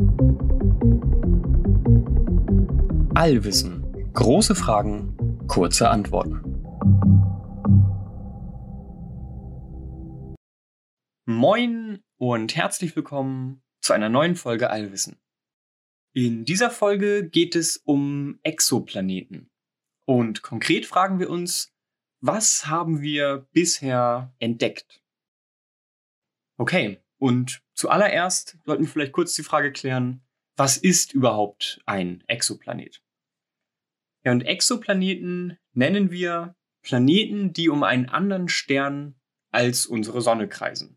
Allwissen. Große Fragen, kurze Antworten. Moin und herzlich willkommen zu einer neuen Folge Allwissen. In dieser Folge geht es um Exoplaneten. Und konkret fragen wir uns, was haben wir bisher entdeckt? Okay, und zuallererst sollten wir vielleicht kurz die Frage klären, was ist überhaupt ein Exoplanet? Ja, und Exoplaneten nennen wir Planeten, die um einen anderen Stern als unsere Sonne kreisen.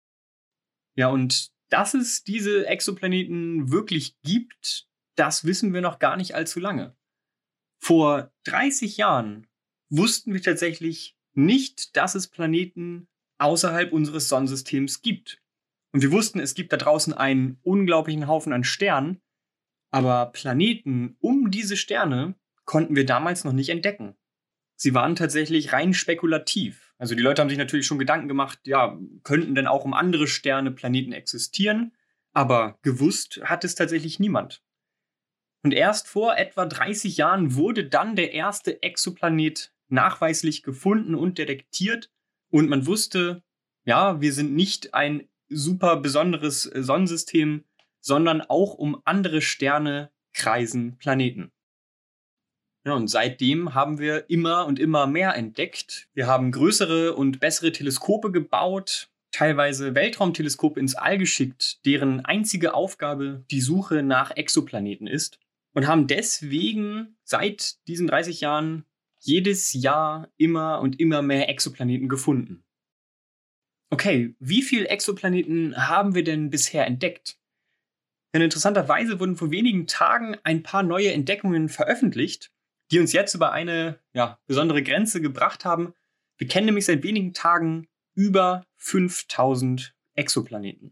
Ja, und dass es diese Exoplaneten wirklich gibt, das wissen wir noch gar nicht allzu lange. Vor 30 Jahren wussten wir tatsächlich nicht, dass es Planeten außerhalb unseres Sonnensystems gibt. Und wir wussten, es gibt da draußen einen unglaublichen Haufen an Sternen, aber Planeten um diese Sterne konnten wir damals noch nicht entdecken. Sie waren tatsächlich rein spekulativ. Also die Leute haben sich natürlich schon Gedanken gemacht, ja, könnten denn auch um andere Sterne Planeten existieren? Aber gewusst hat es tatsächlich niemand. Und erst vor etwa 30 Jahren wurde dann der erste Exoplanet nachweislich gefunden und detektiert. Und man wusste, ja, wir sind nicht ein super besonderes Sonnensystem, sondern auch um andere Sterne kreisen Planeten. Ja, und seitdem haben wir immer und immer mehr entdeckt. Wir haben größere und bessere Teleskope gebaut, teilweise Weltraumteleskope ins All geschickt, deren einzige Aufgabe die Suche nach Exoplaneten ist. Und haben deswegen seit diesen 30 Jahren jedes Jahr immer und immer mehr Exoplaneten gefunden. Okay, wie viele Exoplaneten haben wir denn bisher entdeckt? Denn interessanterweise wurden vor wenigen Tagen ein paar neue Entdeckungen veröffentlicht, die uns jetzt über eine besondere Grenze gebracht haben. Wir kennen nämlich seit wenigen Tagen über 5000 Exoplaneten.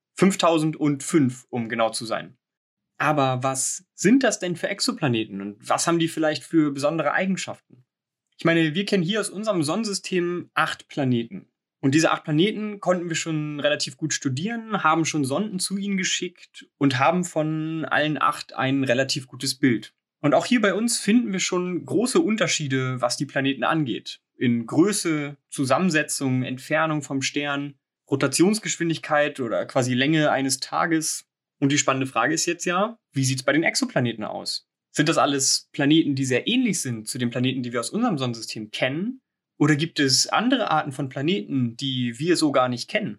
5005, um genau zu sein. Aber was sind das denn für Exoplaneten und was haben die vielleicht für besondere Eigenschaften? Ich meine, wir kennen hier aus unserem Sonnensystem 8 Planeten. Und diese 8 Planeten konnten wir schon relativ gut studieren, haben schon Sonden zu ihnen geschickt und haben von allen 8 ein relativ gutes Bild. Und auch hier bei uns finden wir schon große Unterschiede, was die Planeten angeht. In Größe, Zusammensetzung, Entfernung vom Stern, Rotationsgeschwindigkeit oder quasi Länge eines Tages. Und die spannende Frage ist jetzt ja, wie sieht es bei den Exoplaneten aus? Sind das alles Planeten, die sehr ähnlich sind zu den Planeten, die wir aus unserem Sonnensystem kennen? Oder gibt es andere Arten von Planeten, die wir so gar nicht kennen?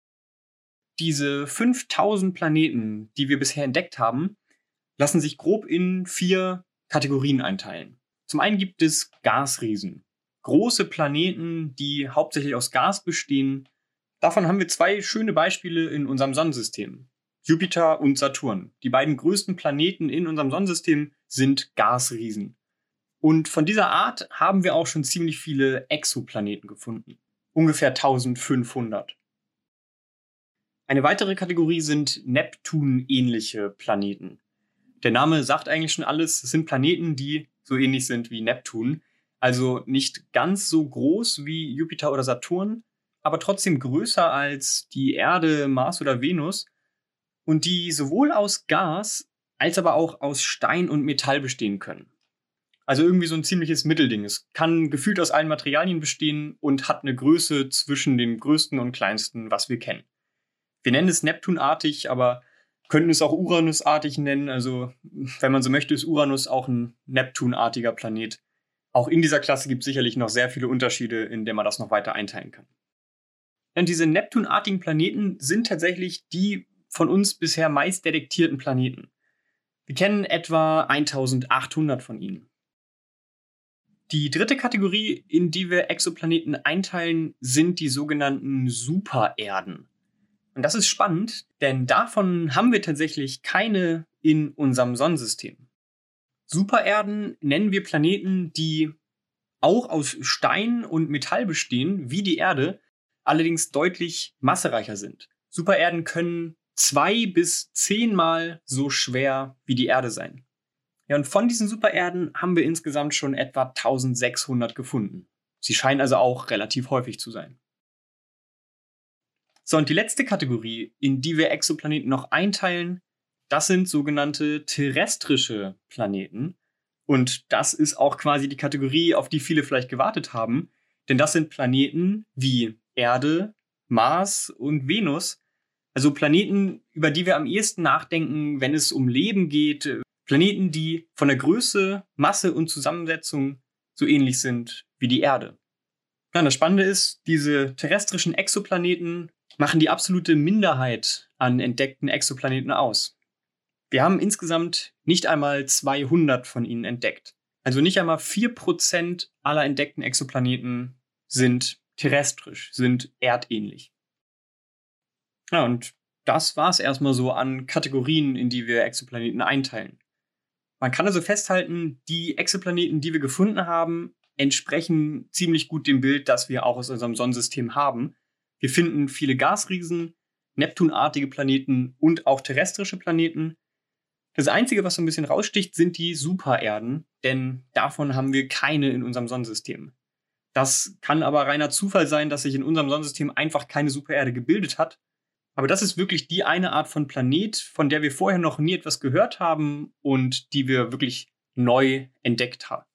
Diese 5000 Planeten, die wir bisher entdeckt haben, lassen sich grob in 4 Kategorien einteilen. Zum einen gibt es Gasriesen. Große Planeten, die hauptsächlich aus Gas bestehen. Davon haben wir 2 schöne Beispiele in unserem Sonnensystem. Jupiter und Saturn. Die beiden größten Planeten in unserem Sonnensystem sind Gasriesen. Und von dieser Art haben wir auch schon ziemlich viele Exoplaneten gefunden. Ungefähr 1500. Eine weitere Kategorie sind Neptun-ähnliche Planeten. Der Name sagt eigentlich schon alles. Es sind Planeten, die so ähnlich sind wie Neptun. Also nicht ganz so groß wie Jupiter oder Saturn, aber trotzdem größer als die Erde, Mars oder Venus. Und die sowohl aus Gas als aber auch aus Stein und Metall bestehen können. Also irgendwie so ein ziemliches Mittelding. Es kann gefühlt aus allen Materialien bestehen und hat eine Größe zwischen dem größten und kleinsten, was wir kennen. Wir nennen es Neptunartig, aber könnten es auch Uranusartig nennen. Also, wenn man so möchte, ist Uranus auch ein Neptunartiger Planet. Auch in dieser Klasse gibt es sicherlich noch sehr viele Unterschiede, in denen man das noch weiter einteilen kann. Und diese Neptunartigen Planeten sind tatsächlich die von uns bisher meist detektierten Planeten. Wir kennen etwa 1800 von ihnen. Die dritte Kategorie, in die wir Exoplaneten einteilen, sind die sogenannten Supererden. Und das ist spannend, denn davon haben wir tatsächlich keine in unserem Sonnensystem. Supererden nennen wir Planeten, die auch aus Stein und Metall bestehen, wie die Erde, allerdings deutlich massereicher sind. Supererden können 2 bis 10 Mal so schwer wie die Erde sein. Ja, und von diesen Supererden haben wir insgesamt schon etwa 1600 gefunden. Sie scheinen also auch relativ häufig zu sein. So, und die letzte Kategorie, in die wir Exoplaneten noch einteilen, Das sind sogenannte terrestrische Planeten. Und das ist auch quasi die Kategorie, auf die viele vielleicht gewartet haben. Denn das sind Planeten wie Erde, Mars und Venus. Also Planeten, über die wir am ehesten nachdenken, wenn es um Leben geht. Planeten, die von der Größe, Masse und Zusammensetzung so ähnlich sind wie die Erde. Ja, das Spannende ist, diese terrestrischen Exoplaneten machen die absolute Minderheit an entdeckten Exoplaneten aus. Wir haben insgesamt nicht einmal 200 von ihnen entdeckt. Also nicht einmal 4% aller entdeckten Exoplaneten sind terrestrisch, sind erdähnlich. Ja, und das war es erstmal so an Kategorien, in die wir Exoplaneten einteilen. Man kann also festhalten, die Exoplaneten, die wir gefunden haben, entsprechen ziemlich gut dem Bild, das wir auch aus unserem Sonnensystem haben. Wir finden viele Gasriesen, Neptunartige Planeten und auch terrestrische Planeten. Das Einzige, was so ein bisschen raussticht, sind die Supererden, denn davon haben wir keine in unserem Sonnensystem. Das kann aber reiner Zufall sein, dass sich in unserem Sonnensystem einfach keine Supererde gebildet hat. Aber das ist wirklich die eine Art von Planet, von der wir vorher noch nie etwas gehört haben und die wir wirklich neu entdeckt haben.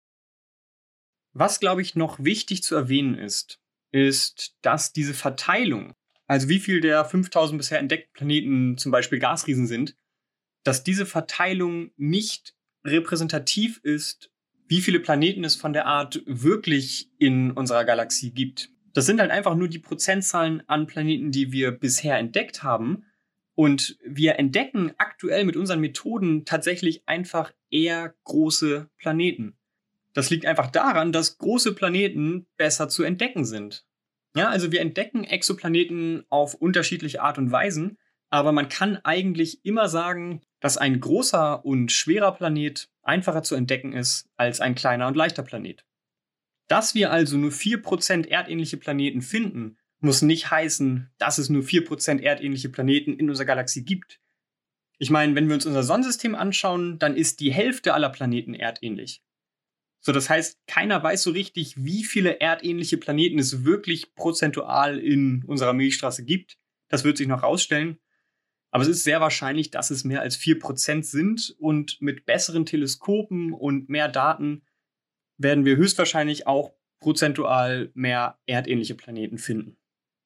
Was, glaube ich, noch wichtig zu erwähnen ist, dass diese Verteilung, also wie viel der 5000 bisher entdeckten Planeten zum Beispiel Gasriesen sind, dass diese Verteilung nicht repräsentativ ist, wie viele Planeten es von der Art wirklich in unserer Galaxie gibt. Das sind halt einfach nur die Prozentzahlen an Planeten, die wir bisher entdeckt haben. Und wir entdecken aktuell mit unseren Methoden tatsächlich einfach eher große Planeten. Das liegt einfach daran, dass große Planeten besser zu entdecken sind. Ja, also wir entdecken Exoplaneten auf unterschiedliche Art und Weisen, aber man kann eigentlich immer sagen, dass ein großer und schwerer Planet einfacher zu entdecken ist als ein kleiner und leichter Planet. Dass wir also nur 4% erdähnliche Planeten finden, muss nicht heißen, dass es nur 4% erdähnliche Planeten in unserer Galaxie gibt. Ich meine, wenn wir uns unser Sonnensystem anschauen, dann ist die Hälfte aller Planeten erdähnlich. So, das heißt, keiner weiß so richtig, wie viele erdähnliche Planeten es wirklich prozentual in unserer Milchstraße gibt. Das wird sich noch rausstellen. Aber es ist sehr wahrscheinlich, dass es mehr als 4% sind und mit besseren Teleskopen und mehr Daten werden wir höchstwahrscheinlich auch prozentual mehr erdähnliche Planeten finden.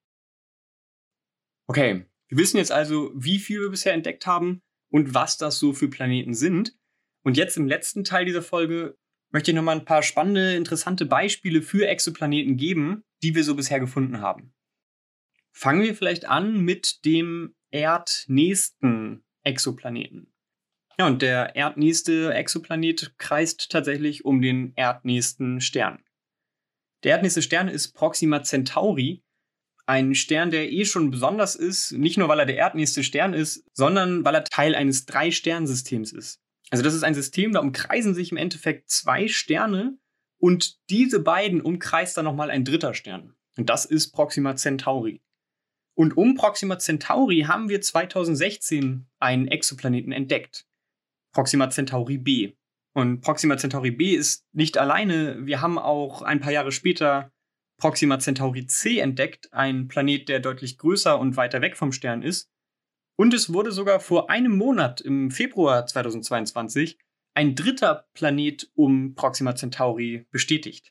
Okay, wir wissen jetzt also, wie viel wir bisher entdeckt haben und was das so für Planeten sind. Und jetzt im letzten Teil dieser Folge möchte ich nochmal ein paar spannende, interessante Beispiele für Exoplaneten geben, die wir so bisher gefunden haben. Fangen wir vielleicht an mit dem erdnächsten Exoplaneten. Ja, und der erdnächste Exoplanet kreist tatsächlich um den erdnächsten Stern. Der erdnächste Stern ist Proxima Centauri, ein Stern, der schon besonders ist, nicht nur weil er der erdnächste Stern ist, sondern weil er Teil eines 3-Sternsystems ist. Also das ist ein System, da umkreisen sich im Endeffekt 2 Sterne und diese beiden umkreist dann nochmal ein dritter Stern. Und das ist Proxima Centauri. Und um Proxima Centauri haben wir 2016 einen Exoplaneten entdeckt. Proxima Centauri b. Und Proxima Centauri b ist nicht alleine. Wir haben auch ein paar Jahre später Proxima Centauri c entdeckt, ein Planet, der deutlich größer und weiter weg vom Stern ist. Und es wurde sogar vor einem Monat, im Februar 2022, ein dritter Planet um Proxima Centauri bestätigt.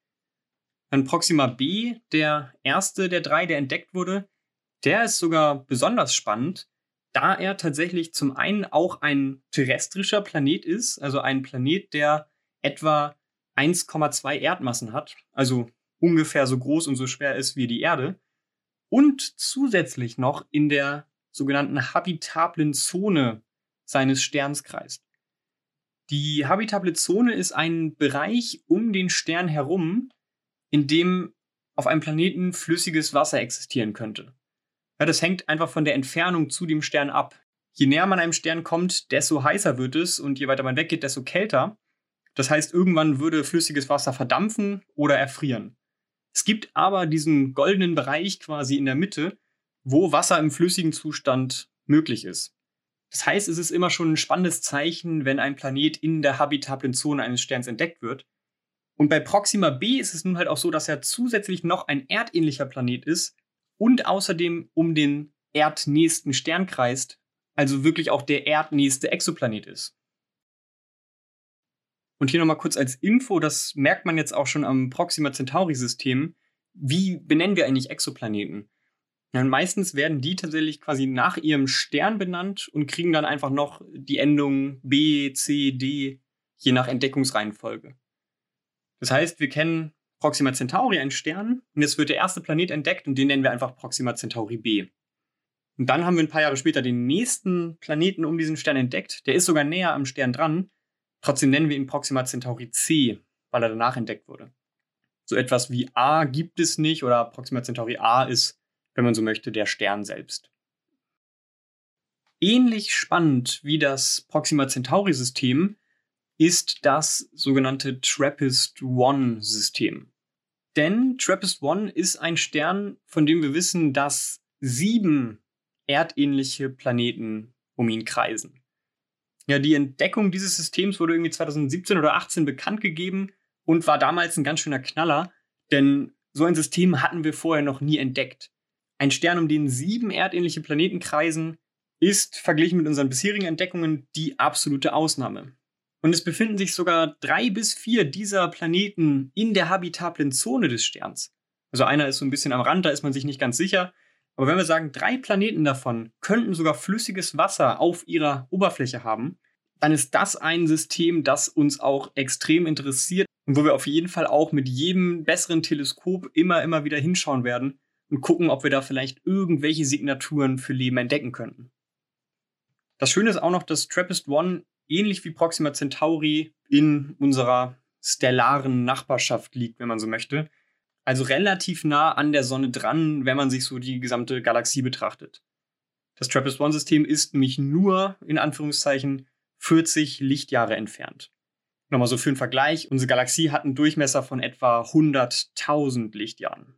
Dann Proxima b, der erste der 3, der entdeckt wurde, der ist sogar besonders spannend, da er tatsächlich zum einen auch ein terrestrischer Planet ist, also ein Planet, der etwa 1,2 Erdmassen hat, also ungefähr so groß und so schwer ist wie die Erde, und zusätzlich noch in der sogenannten habitablen Zone seines Sterns kreist. Die habitable Zone ist ein Bereich um den Stern herum, in dem auf einem Planeten flüssiges Wasser existieren könnte. Ja, das hängt einfach von der Entfernung zu dem Stern ab. Je näher man einem Stern kommt, desto heißer wird es und je weiter man weggeht, desto kälter. Das heißt, irgendwann würde flüssiges Wasser verdampfen oder erfrieren. Es gibt aber diesen goldenen Bereich quasi in der Mitte, wo Wasser im flüssigen Zustand möglich ist. Das heißt, es ist immer schon ein spannendes Zeichen, wenn ein Planet in der habitablen Zone eines Sterns entdeckt wird. Und bei Proxima b ist es nun halt auch so, dass er zusätzlich noch ein erdähnlicher Planet ist und außerdem um den erdnächsten Stern kreist, also wirklich auch der erdnächste Exoplanet ist. Und hier nochmal kurz als Info, das merkt man jetzt auch schon am Proxima Centauri-System. Wie benennen wir eigentlich Exoplaneten? Ja, und meistens werden die tatsächlich quasi nach ihrem Stern benannt und kriegen dann einfach noch die Endung B, C, D, je nach Entdeckungsreihenfolge. Das heißt, wir kennen Proxima Centauri, einen Stern, und jetzt wird der erste Planet entdeckt und den nennen wir einfach Proxima Centauri B. Und dann haben wir ein paar Jahre später den nächsten Planeten um diesen Stern entdeckt. Der ist sogar näher am Stern dran. Trotzdem nennen wir ihn Proxima Centauri C, weil er danach entdeckt wurde. So etwas wie A gibt es nicht, oder Proxima Centauri A ist, wenn man so möchte, der Stern selbst. Ähnlich spannend wie das Proxima Centauri-System ist das sogenannte TRAPPIST-1-System. Denn TRAPPIST-1 ist ein Stern, von dem wir wissen, dass 7 erdähnliche Planeten um ihn kreisen. Ja, die Entdeckung dieses Systems wurde irgendwie 2017 oder 2018 bekannt gegeben und war damals ein ganz schöner Knaller, denn so ein System hatten wir vorher noch nie entdeckt. Ein Stern, um den 7 erdähnliche Planeten kreisen, ist verglichen mit unseren bisherigen Entdeckungen die absolute Ausnahme. Und es befinden sich sogar 3 bis 4 dieser Planeten in der habitablen Zone des Sterns. Also einer ist so ein bisschen am Rand, da ist man sich nicht ganz sicher. Aber wenn wir sagen, 3 Planeten davon könnten sogar flüssiges Wasser auf ihrer Oberfläche haben, dann ist das ein System, das uns auch extrem interessiert und wo wir auf jeden Fall auch mit jedem besseren Teleskop immer wieder hinschauen werden und gucken, ob wir da vielleicht irgendwelche Signaturen für Leben entdecken könnten. Das Schöne ist auch noch, dass TRAPPIST-1 ähnlich wie Proxima Centauri in unserer stellaren Nachbarschaft liegt, wenn man so möchte. Also relativ nah an der Sonne dran, wenn man sich so die gesamte Galaxie betrachtet. Das TRAPPIST-1-System ist nämlich nur, in Anführungszeichen, 40 Lichtjahre entfernt. Nochmal so für einen Vergleich, unsere Galaxie hat einen Durchmesser von etwa 100.000 Lichtjahren.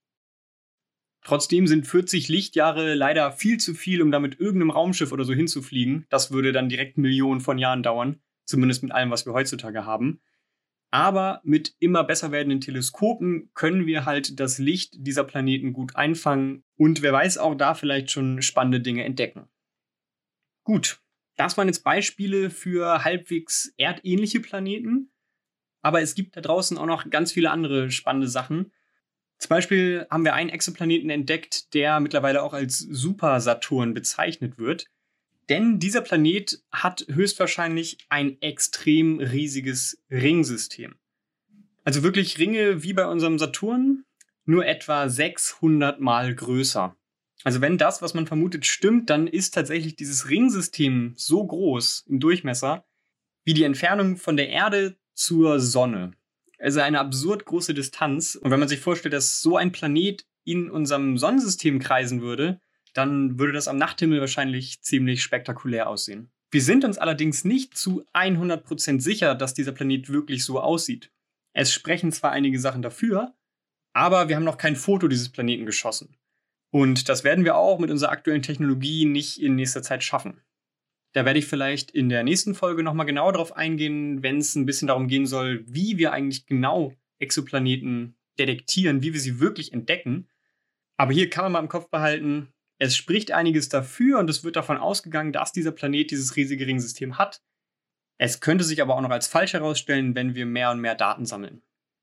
Trotzdem sind 40 Lichtjahre leider viel zu viel, um da mit irgendeinem Raumschiff oder so hinzufliegen. Das würde dann direkt Millionen von Jahren dauern, zumindest mit allem, was wir heutzutage haben. Aber mit immer besser werdenden Teleskopen können wir halt das Licht dieser Planeten gut einfangen und wer weiß, auch da vielleicht schon spannende Dinge entdecken. Gut, das waren jetzt Beispiele für halbwegs erdähnliche Planeten, aber es gibt da draußen auch noch ganz viele andere spannende Sachen. Zum Beispiel haben wir einen Exoplaneten entdeckt, der mittlerweile auch als Super-Saturn bezeichnet wird. Denn dieser Planet hat höchstwahrscheinlich ein extrem riesiges Ringsystem. Also wirklich Ringe wie bei unserem Saturn, nur etwa 600 Mal größer. Also wenn das, was man vermutet, stimmt, dann ist tatsächlich dieses Ringsystem so groß im Durchmesser wie die Entfernung von der Erde zur Sonne. Also eine absurd große Distanz. Und wenn man sich vorstellt, dass so ein Planet in unserem Sonnensystem kreisen würde, dann würde das am Nachthimmel wahrscheinlich ziemlich spektakulär aussehen. Wir sind uns allerdings nicht zu 100% sicher, dass dieser Planet wirklich so aussieht. Es sprechen zwar einige Sachen dafür, aber wir haben noch kein Foto dieses Planeten geschossen. Und das werden wir auch mit unserer aktuellen Technologie nicht in nächster Zeit schaffen. Da werde ich vielleicht in der nächsten Folge nochmal genauer drauf eingehen, wenn es ein bisschen darum gehen soll, wie wir eigentlich genau Exoplaneten detektieren, wie wir sie wirklich entdecken. Aber hier kann man mal im Kopf behalten, es spricht einiges dafür und es wird davon ausgegangen, dass dieser Planet dieses riesige Ringsystem hat. Es könnte sich aber auch noch als falsch herausstellen, wenn wir mehr und mehr Daten sammeln.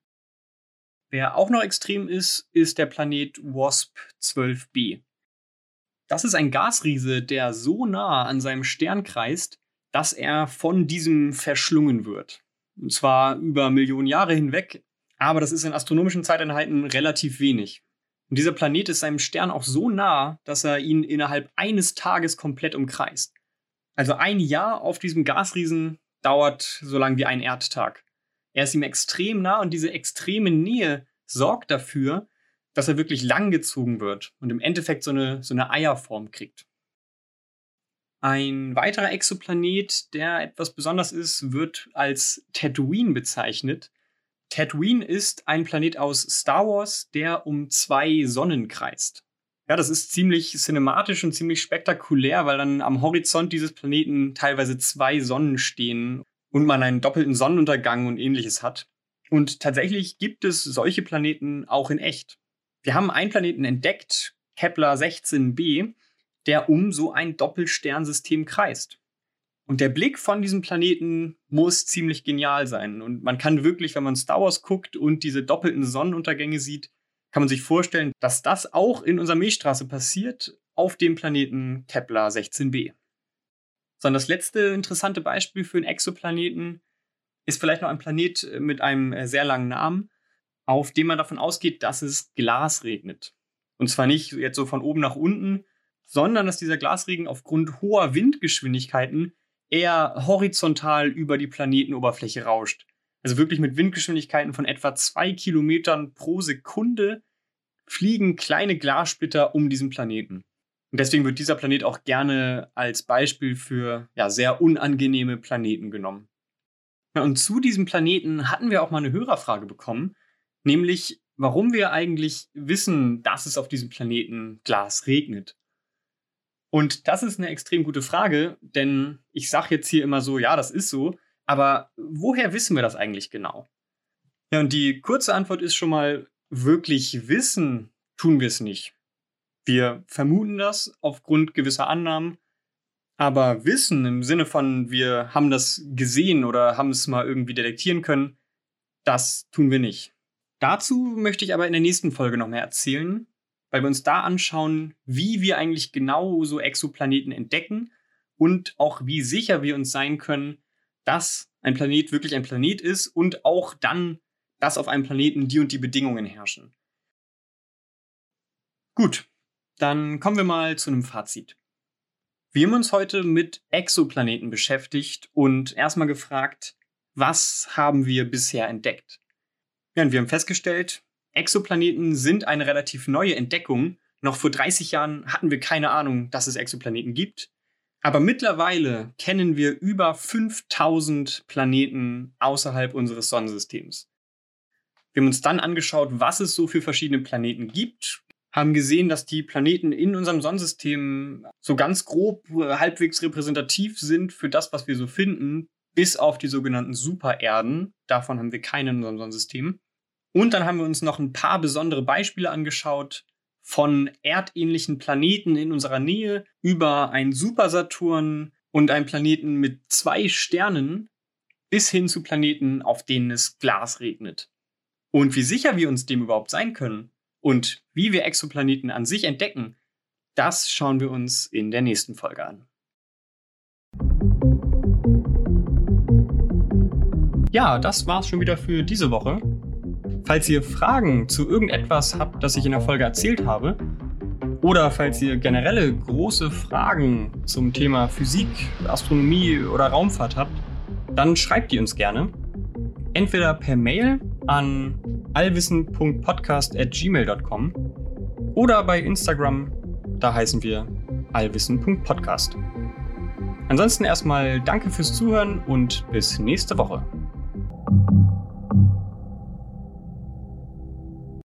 Wer auch noch extrem ist, ist der Planet WASP-12b. Das ist ein Gasriese, der so nah an seinem Stern kreist, dass er von diesem verschlungen wird. Und zwar über Millionen Jahre hinweg, aber das ist in astronomischen Zeiteinheiten relativ wenig. Und dieser Planet ist seinem Stern auch so nah, dass er ihn innerhalb eines Tages komplett umkreist. Also ein Jahr auf diesem Gasriesen dauert so lang wie ein Erdtag. Er ist ihm extrem nah und diese extreme Nähe sorgt dafür, dass er wirklich langgezogen wird und im Endeffekt so eine Eierform kriegt. Ein weiterer Exoplanet, der etwas besonders ist, wird als Tatooine bezeichnet. Tatooine ist ein Planet aus Star Wars, der um 2 Sonnen kreist. Ja, das ist ziemlich cinematisch und ziemlich spektakulär, weil dann am Horizont dieses Planeten teilweise 2 Sonnen stehen und man einen doppelten Sonnenuntergang und ähnliches hat. Und tatsächlich gibt es solche Planeten auch in echt. Wir haben einen Planeten entdeckt, Kepler 16b, der um so ein Doppelsternsystem kreist. Und der Blick von diesem Planeten muss ziemlich genial sein. Und man kann wirklich, wenn man Star Wars guckt und diese doppelten Sonnenuntergänge sieht, kann man sich vorstellen, dass das auch in unserer Milchstraße passiert, auf dem Planeten Kepler 16b. So, und das letzte interessante Beispiel für einen Exoplaneten ist vielleicht noch ein Planet mit einem sehr langen Namen, auf dem man davon ausgeht, dass es Glas regnet. Und zwar nicht jetzt so von oben nach unten, sondern dass dieser Glasregen aufgrund hoher Windgeschwindigkeiten eher horizontal über die Planetenoberfläche rauscht. Also wirklich mit Windgeschwindigkeiten von etwa 2 Kilometern pro Sekunde fliegen kleine Glassplitter um diesen Planeten. Und deswegen wird dieser Planet auch gerne als Beispiel für sehr unangenehme Planeten genommen. Ja, und zu diesem Planeten hatten wir auch mal eine Hörerfrage bekommen, nämlich warum wir eigentlich wissen, dass es auf diesem Planeten Glas regnet. Und das ist eine extrem gute Frage, denn ich sage jetzt hier immer so, ja, das ist so, aber woher wissen wir das eigentlich genau? Ja, und die kurze Antwort ist schon mal, wirklich wissen tun wir es nicht. Wir vermuten das aufgrund gewisser Annahmen, aber wissen im Sinne von, wir haben das gesehen oder haben es mal irgendwie detektieren können, das tun wir nicht. Dazu möchte ich aber in der nächsten Folge noch mehr erzählen, weil wir uns da anschauen, wie wir eigentlich genau so Exoplaneten entdecken und auch wie sicher wir uns sein können, dass ein Planet wirklich ein Planet ist und auch dann, dass auf einem Planeten die und die Bedingungen herrschen. Gut, dann kommen wir mal zu einem Fazit. Wir haben uns heute mit Exoplaneten beschäftigt und erstmal gefragt, was haben wir bisher entdeckt? Ja, und wir haben festgestellt, Exoplaneten sind eine relativ neue Entdeckung. Noch vor 30 Jahren hatten wir keine Ahnung, dass es Exoplaneten gibt. Aber mittlerweile kennen wir über 5000 Planeten außerhalb unseres Sonnensystems. Wir haben uns dann angeschaut, was es so für verschiedene Planeten gibt, haben gesehen, dass die Planeten in unserem Sonnensystem so ganz grob halbwegs repräsentativ sind für das, was wir so finden, bis auf die sogenannten Supererden. Davon haben wir keine in unserem Sonnensystem. Und dann haben wir uns noch ein paar besondere Beispiele angeschaut, von erdähnlichen Planeten in unserer Nähe über einen Supersaturn und einen Planeten mit 2 Sternen bis hin zu Planeten, auf denen es Glas regnet. Und wie sicher wir uns dem überhaupt sein können und wie wir Exoplaneten an sich entdecken, das schauen wir uns in der nächsten Folge an. Ja, das war's schon wieder für diese Woche. Falls ihr Fragen zu irgendetwas habt, das ich in der Folge erzählt habe, oder falls ihr generelle große Fragen zum Thema Physik, Astronomie oder Raumfahrt habt, dann schreibt die uns gerne. Entweder per Mail an allwissen.podcast@gmail.com oder bei Instagram, da heißen wir allwissen.podcast. Ansonsten erstmal danke fürs Zuhören und bis nächste Woche.